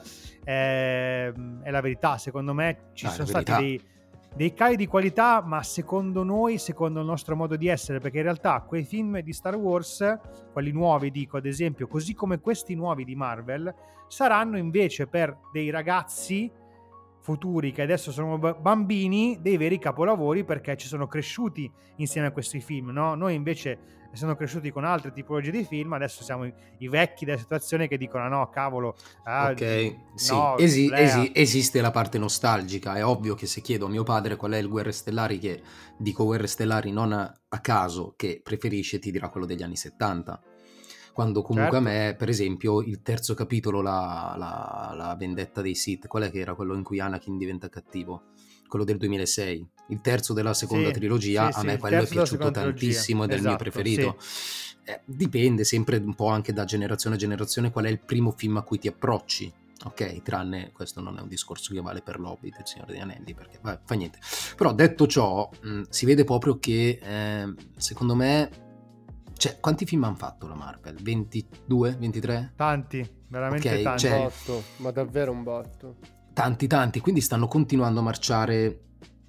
eh, è la verità. Secondo me ci Ah, è sono la stati verità. dei, dei cali di qualità, ma secondo noi, secondo il nostro modo di essere, perché in realtà quei film di Star Wars, quelli nuovi dico ad esempio, così come questi nuovi di Marvel, saranno invece per dei ragazzi futuri che adesso sono b- bambini dei veri capolavori, perché ci sono cresciuti insieme a questi film, no? Noi invece, essendo cresciuti con altre tipologie di film, adesso siamo i, i vecchi della situazione che dicono: no, cavolo, ah, Ok, sì, no, esi- Lea. esi- esiste la parte nostalgica. È ovvio che se chiedo a mio padre qual è il Guerre Stellari, che dico Guerre Stellari non a, a caso, che preferisce, ti dirà quello degli anni settanta. Quando comunque Certo. a me, per esempio, il terzo capitolo, la, la- la vendetta dei Sith, qual è che era quello in cui Anakin diventa cattivo? Quello del duemilasei. Il terzo della seconda Sì, trilogia, sì, a sì, me il quello è terzo della piaciuto seconda trilogia, tantissimo ed è il mio esatto, preferito. Eh, dipende sempre un po' anche da generazione a generazione qual è il primo film a cui ti approcci. Ok, tranne questo non è un discorso che vale per l'Hobbit, il Signore degli Anelli, perché vabbè, fa niente. Però detto ciò, mh, si vede proprio che eh, secondo me, cioè, quanti film hanno fatto la Marvel? ventidue, ventitré? Tanti, veramente Ok, tanti. cioè, Un botto, ma davvero un botto. tanti tanti, quindi stanno continuando a marciare.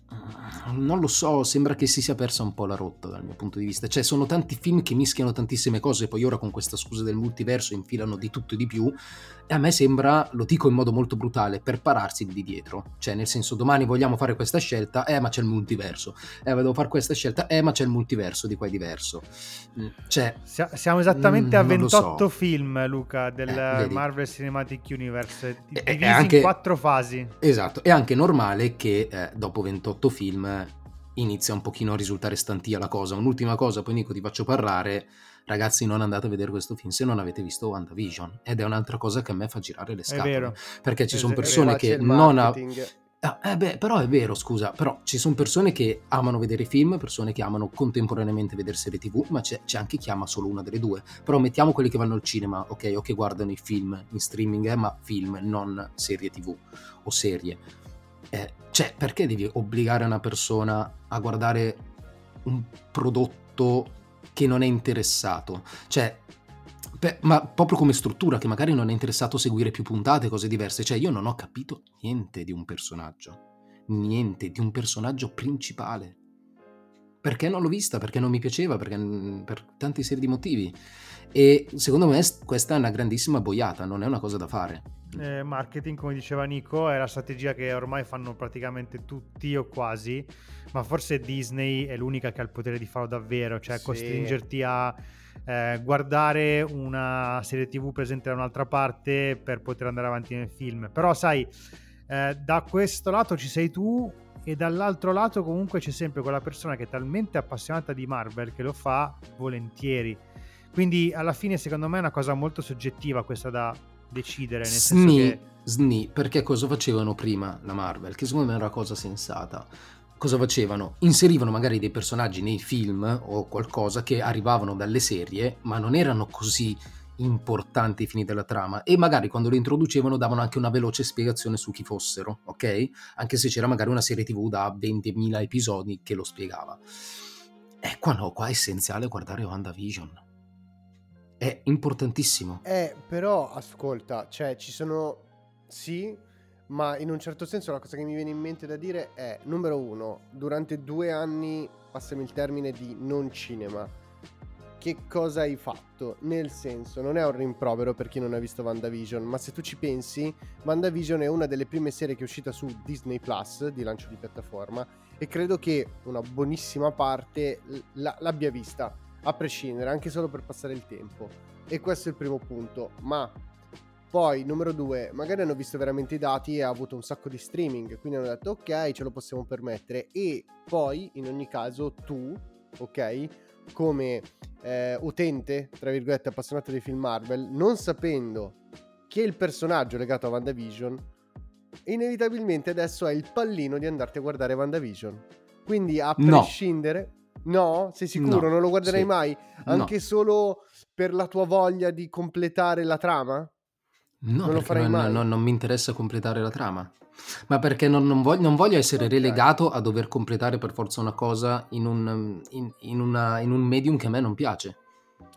Non lo so, sembra che si sia persa un po' la rotta dal mio punto di vista. Cioè, sono tanti film che mischiano tantissime cose, poi ora con questa scusa del multiverso infilano di tutto e di più, e a me sembra, lo dico in modo molto brutale, per pararsi di dietro. Cioè, nel senso, domani vogliamo fare questa scelta, eh ma c'è il multiverso. Eh, devo fare questa scelta, eh ma c'è il multiverso, di qua è diverso. Cioè, Sia- siamo esattamente mm, a non lo ventotto so. film, Luca, del Eh, vedi. Marvel Cinematic Universe, di- E- e divisi anche- in quattro fasi. Esatto, è anche normale che eh, dopo ventotto film inizia un pochino a risultare stantia la cosa. Un'ultima cosa, poi Nico ti faccio parlare. Ragazzi, non andate a vedere questo film se non avete visto WandaVision, ed è un'altra cosa che a me fa girare le È scatole, vero. perché ci È sono vero. persone Qua c'è che il non ha... marketing. Ah, eh beh, però è vero, scusa, però ci sono persone che amano vedere film, persone che amano contemporaneamente vedere serie tv, ma c'è, c'è anche chi ama solo una delle due. Però mettiamo quelli che vanno al cinema, ok, o che guardano i film in streaming, eh, ma film, non serie tv o serie. Eh, cioè, perché devi obbligare una persona a guardare un prodotto che non è interessato? Cioè, per- ma proprio come struttura, che magari non è interessato a seguire più puntate, cose diverse. Cioè, io non ho capito niente di un personaggio, niente di un personaggio principale. Perché non l'ho vista? Perché non mi piaceva? Perché mm, per tanti serie di motivi. E secondo me s- questa è una grandissima boiata, non è una cosa da fare. Eh, marketing, come diceva Nico, è la strategia che ormai fanno praticamente tutti o quasi, ma forse Disney è l'unica che ha il potere di farlo davvero, cioè Sì. costringerti a eh, guardare una serie tv presente da un'altra parte per poter andare avanti nel film. Però sai, eh, da questo lato ci sei tu, e dall'altro lato comunque c'è sempre quella persona che è talmente appassionata di Marvel che lo fa volentieri. Quindi alla fine secondo me è una cosa molto soggettiva questa da decidere, nel senso Sni, che sni, perché cosa facevano prima la Marvel? Che secondo me era una cosa sensata. Cosa facevano? Inserivano magari dei personaggi nei film o qualcosa che arrivavano dalle serie, ma non erano così importanti ai fini della trama, e magari quando lo introducevano davano anche una veloce spiegazione su chi fossero, ok? Anche se c'era magari una serie tv da ventimila episodi che lo spiegava. E qua no, qua è essenziale guardare WandaVision. È importantissimo. Eh, però ascolta, cioè ci sono, sì, ma in un certo senso la cosa che mi viene in mente da dire è, numero uno, durante due anni, passami il termine, di non cinema, che cosa hai fatto? Nel senso, non è un rimprovero per chi non ha visto WandaVision, ma se tu ci pensi, WandaVision è una delle prime serie che è uscita su Disney Plus, di lancio di piattaforma, e credo che una buonissima parte l- l'abbia vista, a prescindere, anche solo per passare il tempo. E questo è il primo punto. Ma poi, numero due, magari hanno visto veramente i dati e ha avuto un sacco di streaming, quindi hanno detto ok, ce lo possiamo permettere. E poi, in ogni caso, tu, ok, come eh, utente, tra virgolette, appassionato dei film Marvel, non sapendo che il personaggio è legato a WandaVision, inevitabilmente adesso hai il pallino di andarti a guardare WandaVision. Quindi a No. prescindere... No? Sei sicuro? No, Non lo guarderai sì. mai? Anche No. solo per la tua voglia di completare la trama? No, Non lo perché farai non, mai? non- non mi interessa completare la trama. Ma perché non, non voglio, non voglio essere Ok. relegato a dover completare per forza una cosa in un, in, in una- in un medium che a me non piace.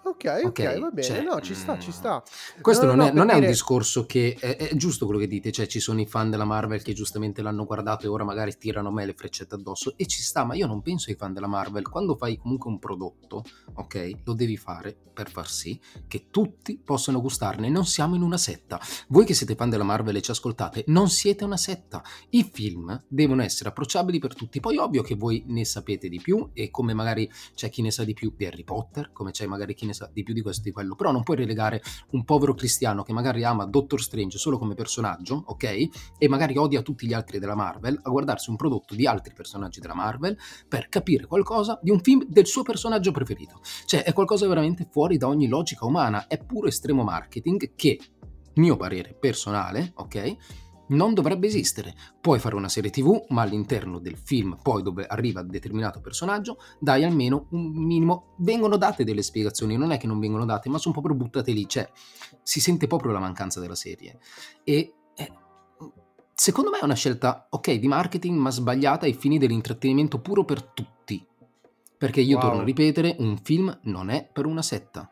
Ok, ok, Ok? va bene. Cioè, No, ci sta, ci mm, sta. questo No, no, non no, è, per non è un dire... discorso che è, è giusto quello che dite, cioè ci sono i fan della Marvel che giustamente l'hanno guardato e ora magari tirano a me le freccette addosso e ci sta, ma io non penso ai fan della Marvel. Quando fai comunque un prodotto, ok, lo devi fare per far sì che tutti possano gustarne. Non siamo in una setta. Voi che siete fan della Marvel e ci ascoltate, non siete una setta. I film devono essere approcciabili per tutti. Poi ovvio che voi ne sapete di più e come magari c'è chi ne sa di più di Harry Potter, come c'è magari chi ne sa di più di questo e di quello, però non puoi relegare un povero cristiano che magari ama Doctor Strange solo come personaggio, ok? E magari odia tutti gli altri della Marvel a guardarsi un prodotto di altri personaggi della Marvel per capire qualcosa di un film del suo personaggio preferito. Cioè è qualcosa veramente fuori da ogni logica umana, è puro estremo marketing che, mio parere personale, ok? Non dovrebbe esistere. Puoi fare una serie tv, ma all'interno del film, poi dove arriva determinato personaggio, dai almeno un minimo. Vengono date delle spiegazioni, non è che non vengono date, ma sono proprio buttate lì. Cioè, si sente proprio la mancanza della serie. E eh, secondo me è una scelta, ok, di marketing, ma sbagliata ai fini dell'intrattenimento puro per tutti. Perché io Wow. torno a ripetere, un film non è per una setta.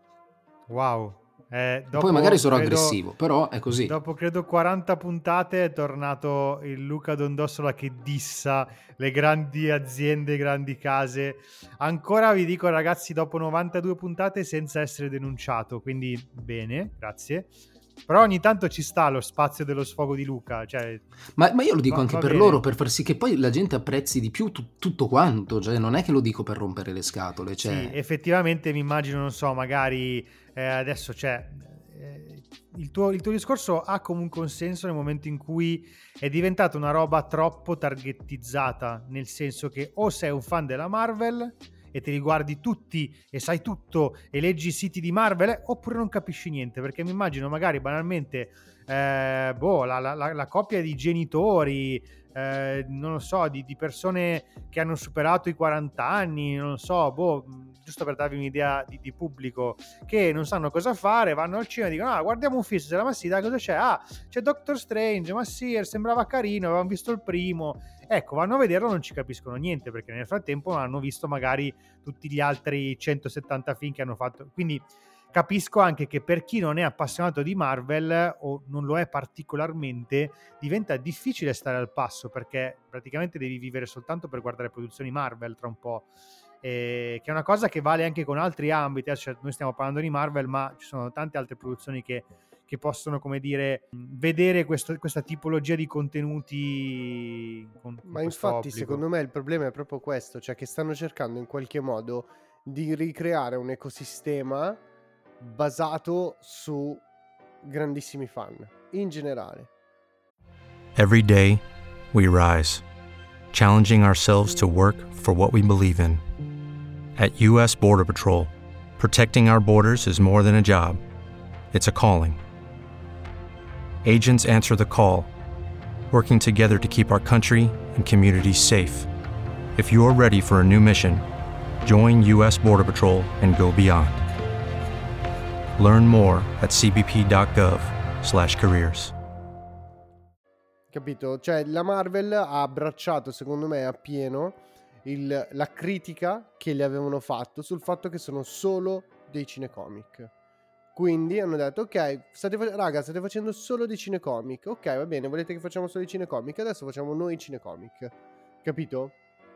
Wow. Eh, dopo, Poi magari sarò credo, aggressivo, però è così. Dopo credo quaranta puntate è tornato il Luca Dondossola che dissa le grandi aziende, grandi case. Ancora vi dico ragazzi, dopo novantadue puntate senza essere denunciato, quindi bene, grazie. Però ogni tanto ci sta lo spazio dello sfogo di Luca, cioè, ma, ma io lo dico va, anche va per bene. loro, per far sì che poi la gente apprezzi di più tu, tutto quanto, cioè non è che lo dico per rompere le scatole, cioè... Sì, effettivamente mi immagino, non so, magari eh, adesso c'è... Eh, il, tuo, il tuo discorso ha comunque un senso nel momento in cui è diventata una roba troppo targetizzata, nel senso che o sei un fan della Marvel e te li guardi tutti e sai tutto e leggi i siti di Marvel, oppure non capisci niente, perché mi immagino magari banalmente eh, boh, la, la, la coppia di genitori, eh, non lo so, di, di persone che hanno superato i quaranta anni, non lo so, boh, giusto per darvi un'idea di, di pubblico, che non sanno cosa fare, vanno al cinema e dicono ah guardiamo un film, se la ma sì, dai, cosa c'è? Ah, c'è Doctor Strange, ma sì, sembrava carino, avevamo visto il primo. Ecco, vanno a vederlo, non ci capiscono niente, perché nel frattempo non hanno visto magari tutti gli altri centosettanta film che hanno fatto. Quindi capisco anche che per chi non è appassionato di Marvel o non lo è particolarmente, diventa difficile stare al passo, perché praticamente devi vivere soltanto per guardare produzioni Marvel tra un po'. Eh, che è una cosa che vale anche con altri ambiti, cioè, noi stiamo parlando di Marvel, ma ci sono tante altre produzioni che, che possono, come dire, vedere questo, questa tipologia di contenuti con, con Ma questo infatti obbligo. secondo me il problema è proprio questo, cioè che stanno cercando in qualche modo di ricreare un ecosistema basato su grandissimi fan, in generale. Every day, we rise, challenging ourselves to work for what we believe in. At U S Border Patrol, protecting our borders is more than a job, it's a calling. Agents answer the call, working together to keep our country and communities safe. If you're ready for a new mission, join U S Border Patrol and go beyond. Learn more at c b p dot gov slash careers. Capito? Cioè la Marvel ha abbracciato secondo me appieno il, la critica che gli avevano fatto sul fatto che sono solo dei cinecomic. Quindi hanno detto ok, state fa- raga, state facendo solo dei cinecomic. Ok, va bene, volete che facciamo solo i cinecomic? Adesso facciamo noi i cinecomic. Capito?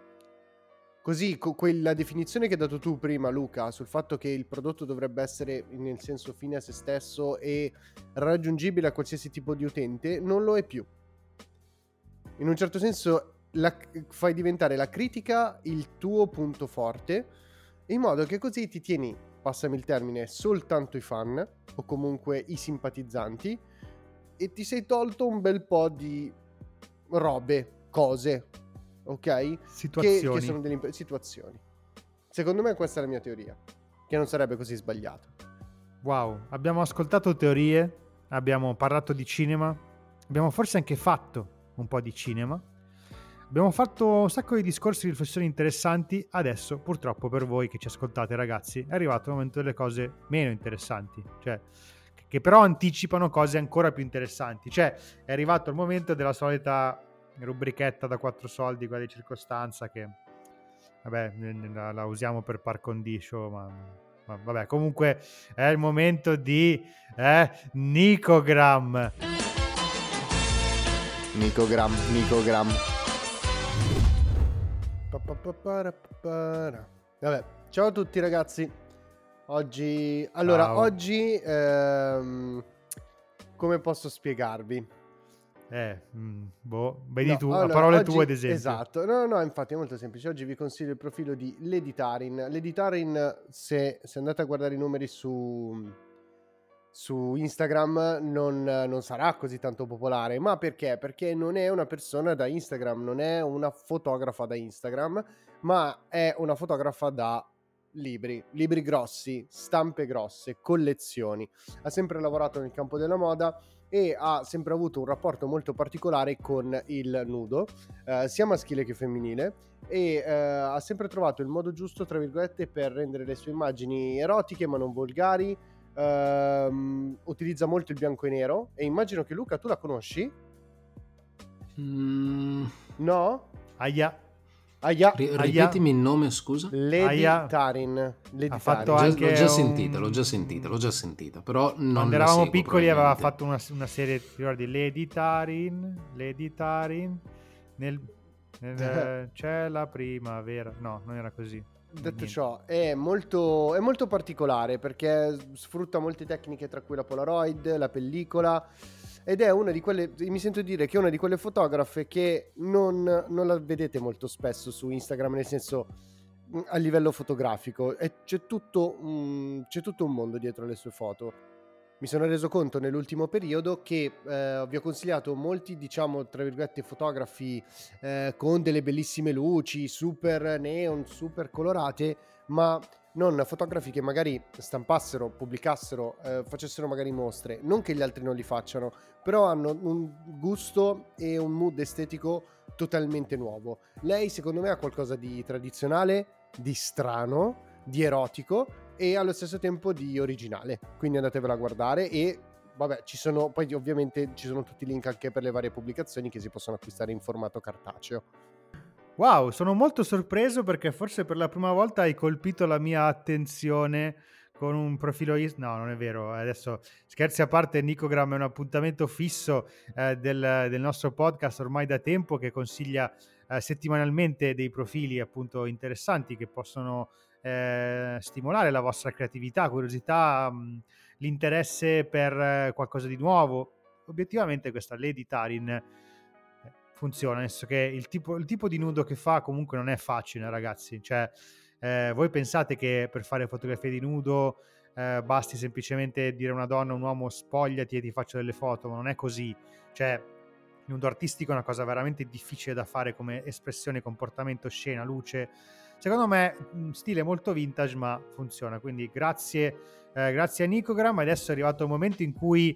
Così co- quella definizione che hai dato tu prima, Luca, sul fatto che il prodotto dovrebbe essere nel senso fine a se stesso e raggiungibile a qualsiasi tipo di utente, non lo è più. In un certo senso la, fai diventare la critica il tuo punto forte, in modo che così ti tieni, passami il termine, soltanto i fan o comunque i simpatizzanti, e ti sei tolto un bel po' di robe, cose, ok? Situazioni. Che, che sono delle imp- situazioni. Secondo me questa è la mia teoria, che non sarebbe così sbagliato. Wow, abbiamo ascoltato teorie, abbiamo parlato di cinema, abbiamo forse anche fatto un po' di cinema, abbiamo fatto un sacco di discorsi e riflessioni interessanti. Adesso purtroppo per voi che ci ascoltate ragazzi è arrivato il momento delle cose meno interessanti, cioè che però anticipano cose ancora più interessanti. Cioè è arrivato il momento della solita rubrichetta da quattro soldi, quella di circostanza, che vabbè la, la usiamo per par condicio, ma vabbè, comunque è il momento di eh, Nicogram. Nicogram, Nicogram. Vabbè, ciao a tutti ragazzi. Oggi, allora, Ciao. oggi ehm, come posso spiegarvi? Eh, mh, boh, vedi No, tu, a allora, parole oggi- tue ad esempio. Esatto, no, no, infatti è molto semplice. Oggi vi consiglio il profilo di Lady Tarin. Lady Tarin, se, se andate a guardare i numeri su, su Instagram, non, non sarà così tanto popolare. Ma perché? Perché non è una persona da Instagram, non è una fotografa da Instagram, ma è una fotografa da libri, libri grossi, stampe grosse, collezioni. Ha sempre lavorato nel campo della moda e ha sempre avuto un rapporto molto particolare con il nudo, eh, sia maschile che femminile, e eh, ha sempre trovato il modo giusto, tra virgolette, per rendere le sue immagini erotiche ma non volgari. Ehm, utilizza molto il bianco e nero, e immagino che Luca tu la conosci? Mm, No? Aia, Aia, ri- Aia. ripetimi il nome, scusa. Lady Aia. Tarin. Lady Ha fatto L'ho Tarin. già, anche l'ho già un- sentita, l'ho già sentita, l'ho già sentita, però non quando la eravamo seguo, piccoli aveva probabilmente. fatto una, una serie, ti ricordi, Lady Tarin, Lady Tarin, nel, nel, eh, c'è la primavera, no, non era così. Detto Niente. ciò, è molto, è molto particolare perché sfrutta molte tecniche, tra cui la Polaroid, la pellicola, ed è una di quelle, mi sento dire che è una di quelle fotografe che non, non la vedete molto spesso su Instagram, nel senso, mh, a livello fotografico, e c'è tutto, mh, c'è tutto un mondo dietro le sue foto. Mi sono reso conto nell'ultimo periodo che eh, vi ho consigliato molti, diciamo, tra virgolette, fotografi eh, con delle bellissime luci, super neon, super colorate, ma non fotografi che magari stampassero, pubblicassero, eh, facessero magari mostre. Non che gli altri non li facciano, però hanno un gusto e un mood estetico totalmente nuovo. Lei, secondo me, ha qualcosa di tradizionale, di strano, di erotico e allo stesso tempo di originale. Quindi andatevela a guardare, e vabbè, ci sono poi ovviamente ci sono tutti i link anche per le varie pubblicazioni che si possono acquistare in formato cartaceo. Wow, sono molto sorpreso perché forse per la prima volta hai colpito la mia attenzione con un profilo is- no, non è vero, adesso scherzi a parte, Nicogram è un appuntamento fisso eh, del, del nostro podcast ormai da tempo, che consiglia eh, settimanalmente dei profili appunto interessanti che possono eh, stimolare la vostra creatività, curiosità, mh, l'interesse per eh, qualcosa di nuovo. Obiettivamente questa Lady Tarin eh, funziona, nel senso che il tipo, il tipo di nudo che fa comunque non è facile, ragazzi. Cioè, eh, voi pensate che per fare fotografie di nudo eh, basti semplicemente dire a una donna o un uomo spogliati e ti faccio delle foto, ma non è così. Cioè, il nudo artistico è una cosa veramente difficile da fare come espressione, comportamento, scena, luce. Secondo me un stile molto vintage, ma funziona. Quindi grazie, eh, grazie a Nicogram. Adesso è arrivato il momento in cui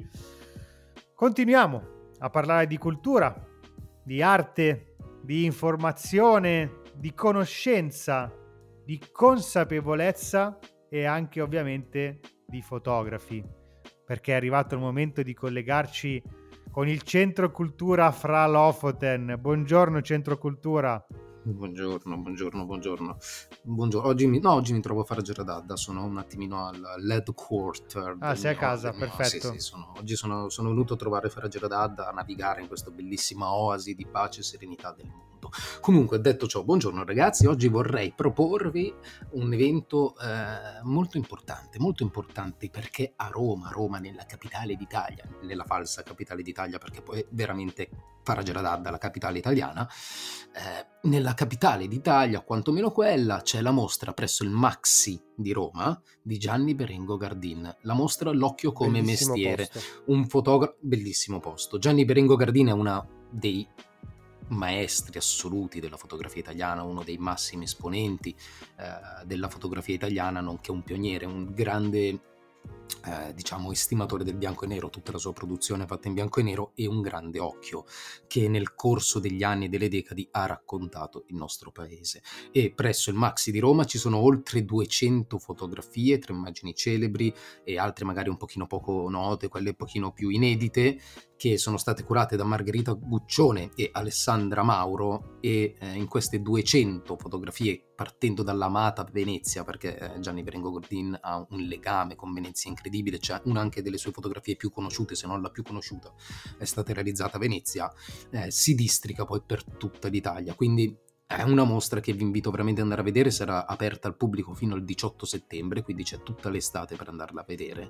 continuiamo a parlare di cultura, di arte, di informazione, di conoscenza, di consapevolezza e anche ovviamente di fotografi, perché è arrivato il momento di collegarci con il Centro Cultura Fra Lofoten. Buongiorno Centro Cultura. Buongiorno, buongiorno, buongiorno. Buongiorno. Oggi mi, no, oggi mi trovo a fare Geradadda, sono un attimino al- all'headquarter. Ah, del sei a mio- casa, del mio- perfetto. Sì, sì, sono- oggi sono, sono venuto a trovare Fare Geradadda, a navigare in questa bellissima oasi di pace e serenità del mondo. Comunque, detto ciò, buongiorno ragazzi, oggi vorrei proporvi un evento eh, molto importante, molto importante perché a Roma, Roma nella capitale d'Italia, nella falsa capitale d'Italia, perché poi veramente Fare Geradadda, la capitale italiana, eh, nella capitale d'Italia, quantomeno quella, c'è la mostra presso il Maxi di Roma di Gianni Berengo Gardin. La mostra L'occhio come Bellissimo mestiere. posto. Un fotografo, bellissimo posto. Gianni Berengo Gardin è uno dei maestri assoluti della fotografia italiana, uno dei massimi esponenti eh, della fotografia italiana, nonché un pioniere, un grande Eh, diciamo estimatore del bianco e nero, tutta la sua produzione è fatta in bianco e nero, e un grande occhio che nel corso degli anni e delle decadi ha raccontato il nostro paese. E presso il Maxi di Roma ci sono oltre duecento fotografie, tre immagini celebri e altre magari un pochino poco note, quelle un pochino più inedite, che sono state curate da Margherita Guccione e Alessandra Mauro, e eh, in queste duecento fotografie, partendo dall'amata Venezia, perché eh, Gianni Berengo Gardin ha un legame con Venezia incredibile, c'è una anche delle sue fotografie più conosciute, se non la più conosciuta, è stata realizzata a Venezia, eh, si districa poi per tutta l'Italia, quindi è una mostra che vi invito veramente ad andare a vedere, sarà aperta al pubblico fino al diciotto settembre, quindi c'è tutta l'estate per andarla a vedere.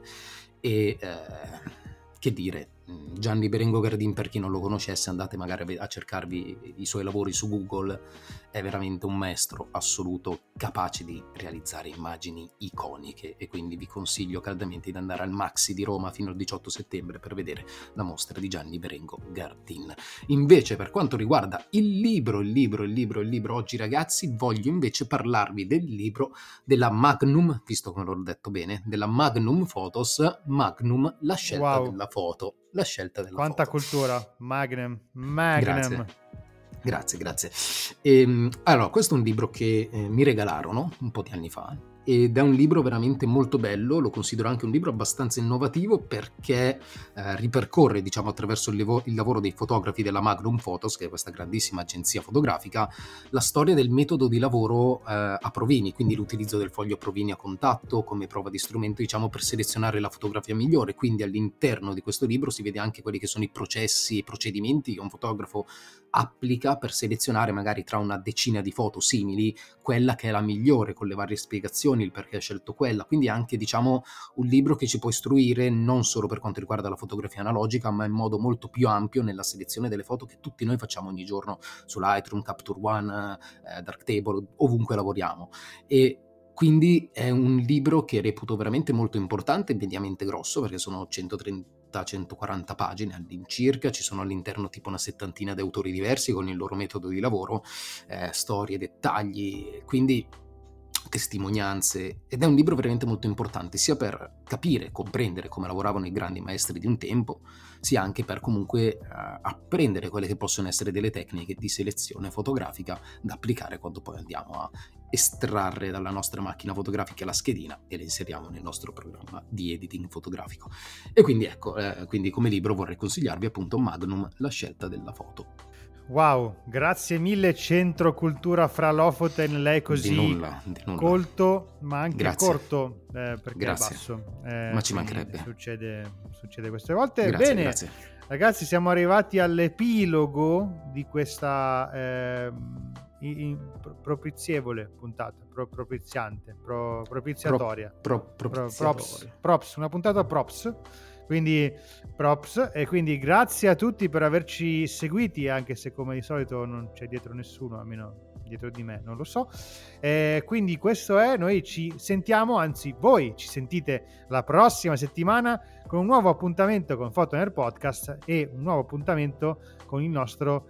E eh, che dire, Gianni Berengo Gardin, per chi non lo conoscesse, andate magari a cercarvi i suoi lavori su Google, è veramente un maestro assoluto, capace di realizzare immagini iconiche, e quindi vi consiglio caldamente di andare al Maxi di Roma fino al diciotto settembre per vedere la mostra di Gianni Berengo Gardin. Invece, per quanto riguarda il libro, il libro, il libro, il libro, oggi ragazzi voglio invece parlarvi del libro della Magnum, visto che l'ho detto bene, della Magnum Photos, Magnum, la scelta Wow. della foto. La scelta della Quanta foto. cultura, Magnum, Magnum. Grazie. Grazie, grazie. Ehm, allora, questo è un libro che eh, mi regalarono un po' di anni fa, ed è un libro veramente molto bello, lo considero anche un libro abbastanza innovativo perché eh, ripercorre, diciamo, attraverso il, levo- il lavoro dei fotografi della Magnum Photos, che è questa grandissima agenzia fotografica, la storia del metodo di lavoro eh, a provini, quindi l'utilizzo del foglio a provini a contatto come prova di strumento, diciamo, per selezionare la fotografia migliore. Quindi all'interno di questo libro si vede anche quelli che sono i processi e procedimenti che un fotografo applica per selezionare magari tra una decina di foto simili quella che è la migliore, con le varie spiegazioni, il perché ha scelto quella. Quindi è anche, diciamo, un libro che ci può istruire non solo per quanto riguarda la fotografia analogica, ma in modo molto più ampio nella selezione delle foto che tutti noi facciamo ogni giorno su Lightroom, Capture One, eh, Darktable, ovunque lavoriamo. E quindi è un libro che reputo veramente molto importante, mediamente grosso, perché sono centotrenta centoquaranta pagine all'incirca, ci sono all'interno tipo una settantina di autori diversi con il loro metodo di lavoro, eh, storie, dettagli, quindi testimonianze, ed è un libro veramente molto importante sia per capire, comprendere come lavoravano i grandi maestri di un tempo, sia anche per comunque uh, apprendere quelle che possono essere delle tecniche di selezione fotografica da applicare quando poi andiamo a estrarre dalla nostra macchina fotografica la schedina e la inseriamo nel nostro programma di editing fotografico. E quindi ecco, eh, quindi come libro vorrei consigliarvi appunto Magnum, la scelta della foto. Wow, grazie mille Centro Cultura Fra Lofoten, lei così di nulla, di nulla. colto ma anche Grazie. corto, eh, perché Grazie. è basso. Eh, Ma ci quindi mancherebbe. Succede, succede queste volte. Grazie, Bene, grazie. ragazzi, siamo arrivati all'epilogo di questa eh, in- pro- propizievole puntata, pro- propiziante, pro- propiziatoria. Pro, pro, Pro- propiziatoria. props, props, una puntata props, quindi props, e quindi grazie a tutti per averci seguiti, anche se come di solito non c'è dietro nessuno, almeno dietro di me, non lo so. Eh, quindi questo è, noi ci sentiamo, anzi voi ci sentite la prossima settimana con un nuovo appuntamento con Photoner Podcast e un nuovo appuntamento con il nostro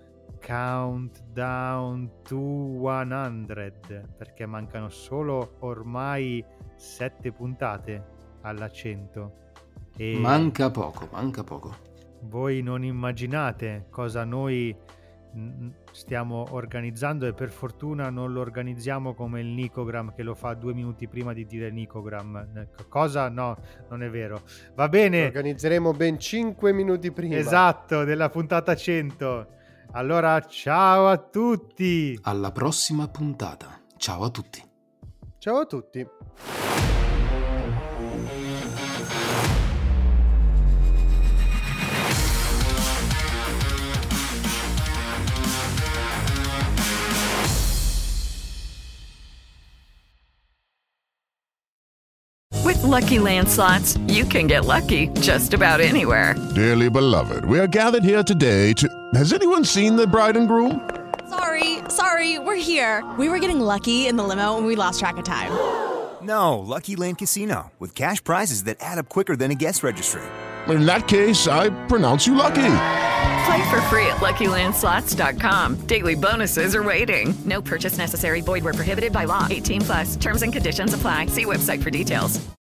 Countdown to cento, perché mancano solo ormai sette puntate alla cento. E Manca poco, manca poco. voi non immaginate cosa noi mm, stiamo organizzando, e per fortuna non lo organizziamo come il Nicogram che lo fa due minuti prima di dire Nicogram. Cosa? No, non è vero. Va Lo bene, organizzeremo ben cinque minuti prima. esatto, della puntata cento. Allora, ciao a tutti! Alla prossima puntata. Ciao a tutti. Ciao a tutti. With Lucky Land Slots, you can get lucky just about anywhere. Dearly beloved, we are gathered here today to... Has anyone seen the bride and groom? Sorry, sorry, we're here. We were getting lucky in the limo and we lost track of time. No, Lucky Land Casino, with cash prizes that add up quicker than a guest registry. In that case, I pronounce you lucky. Play for free at lucky land slots dot com. Daily bonuses are waiting. No purchase necessary. Void where prohibited by law. eighteen plus. Terms and conditions apply. See website for details.